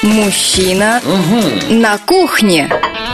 Мужчина на кухне.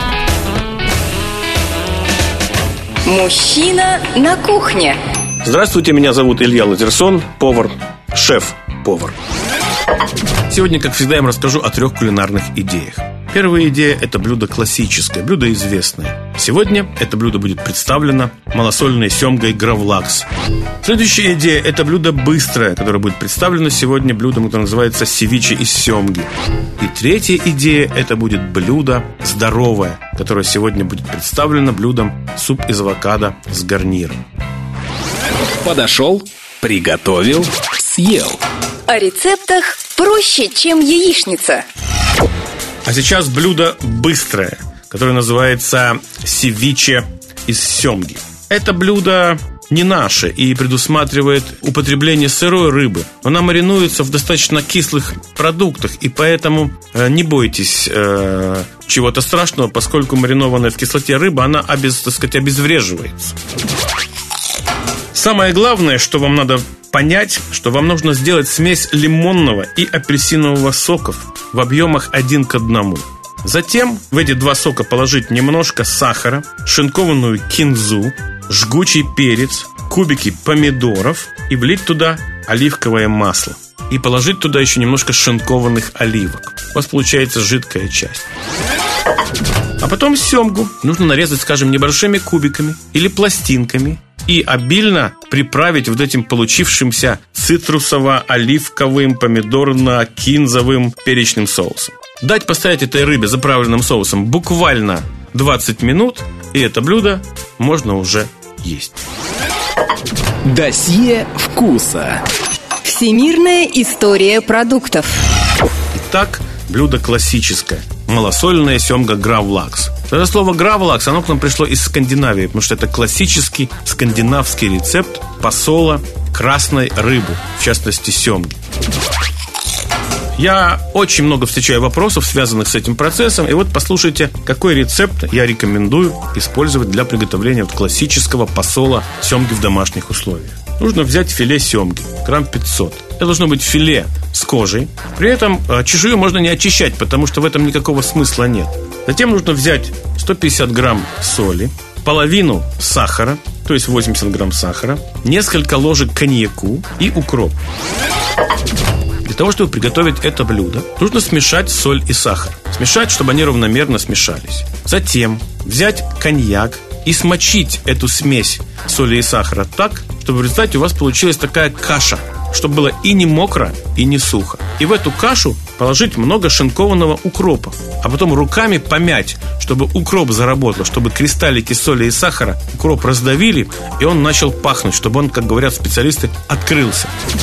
Мужчина на кухне. Здравствуйте, меня зовут Илья Лазерсон, повар, шеф-повар. Сегодня, как всегда, я вам расскажу о 3 кулинарных идеях. Первая идея – это блюдо классическое, блюдо известное. Сегодня это блюдо будет представлено малосольной семгой гравлакс. Следующая идея – это блюдо быстрое, которое будет представлено сегодня блюдом, которое называется севиче из семги. И третья идея – это будет блюдо здоровое, которое сегодня будет представлено блюдом суп из авокадо с гарниром. Подошел, приготовил, съел. О рецептах проще, чем яичница. А сейчас блюдо быстрое, которое называется севиче из семги. Это блюдо не наше и предусматривает употребление сырой рыбы. Она маринуется в достаточно кислых продуктах, и поэтому не бойтесь чего-то страшного, поскольку маринованная в кислоте рыба, она обезвреживается. Самое главное, что вам надо понять, что вам нужно сделать смесь лимонного и апельсинового соков в объемах 1 к 1. Затем в эти 2 сока положить немножко сахара, шинкованную кинзу, жгучий перец, кубики помидоров и влить туда оливковое масло. И положить туда еще немножко шинкованных оливок. У вас получается жидкая часть. А потом семгу нужно нарезать, скажем, небольшими кубиками или пластинками и обильно приправить вот этим получившимся цитрусово-оливковым, помидорно-кинзовым перечным соусом. Дать постоять этой рыбе заправленным соусом буквально 20 минут, и это блюдо можно уже есть. Досье вкуса. Всемирная история продуктов. Итак, блюдо классическое. Малосольная семга гравлакс. Это слово гравлакс, оно к нам пришло из Скандинавии, потому что это классический скандинавский рецепт посола красной рыбы, в частности семги. Я очень много встречаю вопросов, связанных с этим процессом. И вот послушайте, какой рецепт я рекомендую использовать для приготовления классического посола семги в домашних условиях. Нужно взять филе семги, грамм 500. Это должно быть филе с кожей. При этом чешую можно не очищать, потому что в этом никакого смысла нет. Затем нужно взять 150 грамм соли, половину сахара, то есть 80 грамм сахара, несколько ложек коньяку и укроп. Для того, чтобы приготовить это блюдо, нужно смешать соль и сахар. Смешать, чтобы они равномерно смешались. Затем взять коньяк и смочить эту смесь соли и сахара так, чтобы в результате у вас получилась такая каша, чтобы было и не мокро, и не сухо. И в эту кашу положить много шинкованного укропа, а потом руками помять, чтобы укроп заработал, чтобы кристаллики соли и сахара укроп раздавили, и он начал пахнуть, чтобы он, как говорят специалисты, открылся.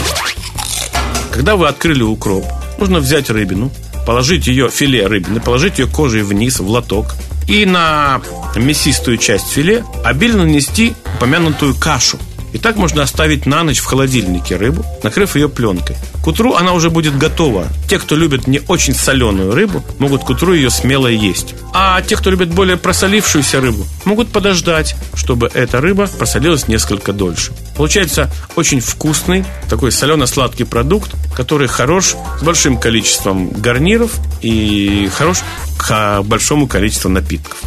Когда вы открыли укроп, нужно взять рыбину, положить ее, филе рыбины, положить ее кожей вниз в лоток и на мясистую часть филе обильно нанести упомянутую кашу. И так можно оставить на ночь в холодильнике рыбу, накрыв ее пленкой. К утру она уже будет готова. Те, кто любит не очень соленую рыбу, могут к утру ее смело есть. А те, кто любит более просолившуюся рыбу, могут подождать, чтобы эта рыба просолилась несколько дольше. Получается очень вкусный, такой солено-сладкий продукт, который хорош с большим количеством гарниров и хорош к большому количеству напитков.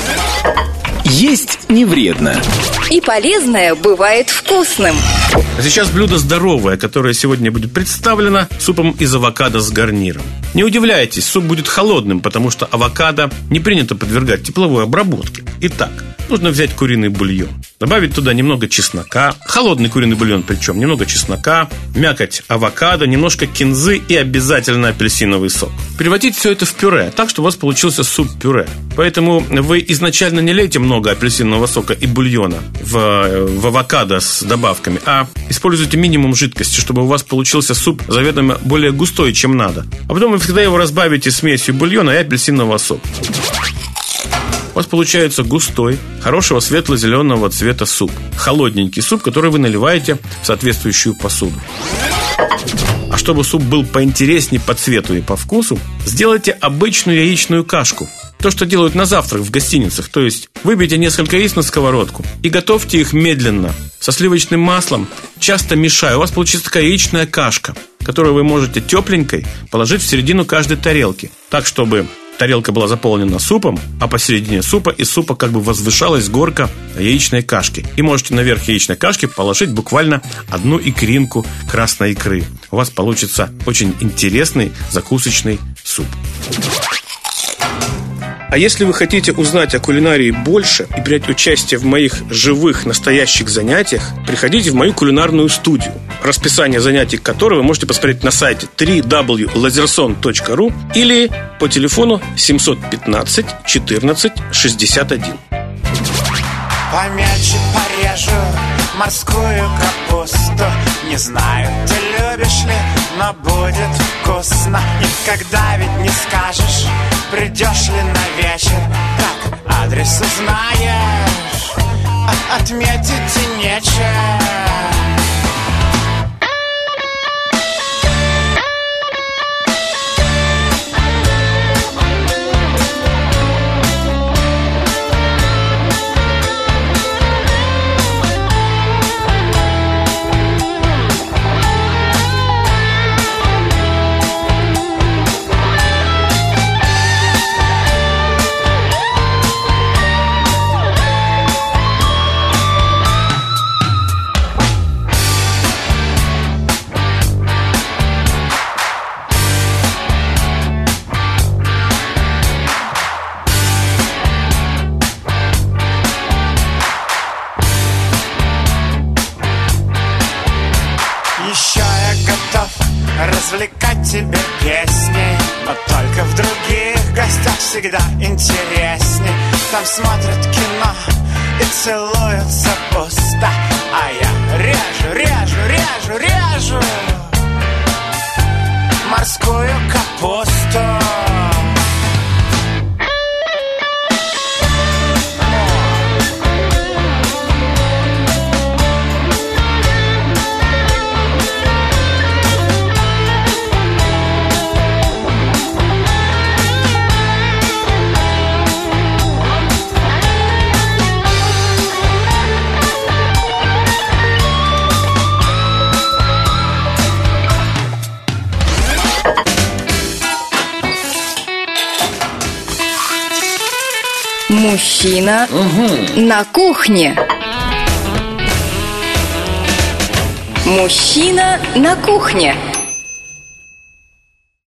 Есть не вредно. И полезное бывает вкусным. А сейчас блюдо здоровое, которое сегодня будет представлено супом из авокадо с гарниром. Не удивляйтесь, суп будет холодным, потому что авокадо не принято подвергать тепловой обработке. Итак, нужно взять куриный бульон, добавить туда немного чеснока, холодный куриный бульон причем, немного чеснока, мякоть авокадо, немножко кинзы и обязательно апельсиновый сок. Превратить все это в пюре, так что у вас получился суп-пюре. Поэтому вы изначально не лейте много апельсинового сока и бульона в авокадо с добавками, а используйте минимум жидкости, чтобы у вас получился суп заведомо более густой, чем надо. А потом вы всегда его разбавите смесью бульона и апельсинового сока. У вас получается густой, хорошего светло-зеленого цвета суп. Холодненький суп, который вы наливаете в соответствующую посуду. А чтобы суп был поинтереснее по цвету и по вкусу, сделайте обычную яичную кашку. То, что делают на завтрак в гостиницах. То есть выбейте несколько яиц на сковородку и готовьте их медленно, со сливочным маслом, часто мешая. У вас получится такая яичная кашка. которую вы можете тепленькой положить в середину каждой тарелки, так, чтобы тарелка была заполнена супом, а посередине супа из супа как бы возвышалась горка яичной кашки. И можете наверх яичной кашки положить буквально одну икринку красной икры. У вас получится очень интересный закусочный суп. А если вы хотите узнать о кулинарии больше и принять участие в моих живых, настоящих занятиях, приходите в мою кулинарную студию, расписание занятий которой вы можете посмотреть на сайте www.lazerson.ru или по телефону 715 14 61. Помельче порежу морскую капусту. Не знаю, ты любишь ли, но будет вкусно. Никогда ведь не скажешь, придешь ли на вечер. Как адрес узнаешь, отметить и нечего. Развлекать тебя песней, но только в других гостях всегда интересней. Там смотрят кино и целуются пусто, а я режу морскую капусту. Мужчина на кухне. Мужчина на кухне.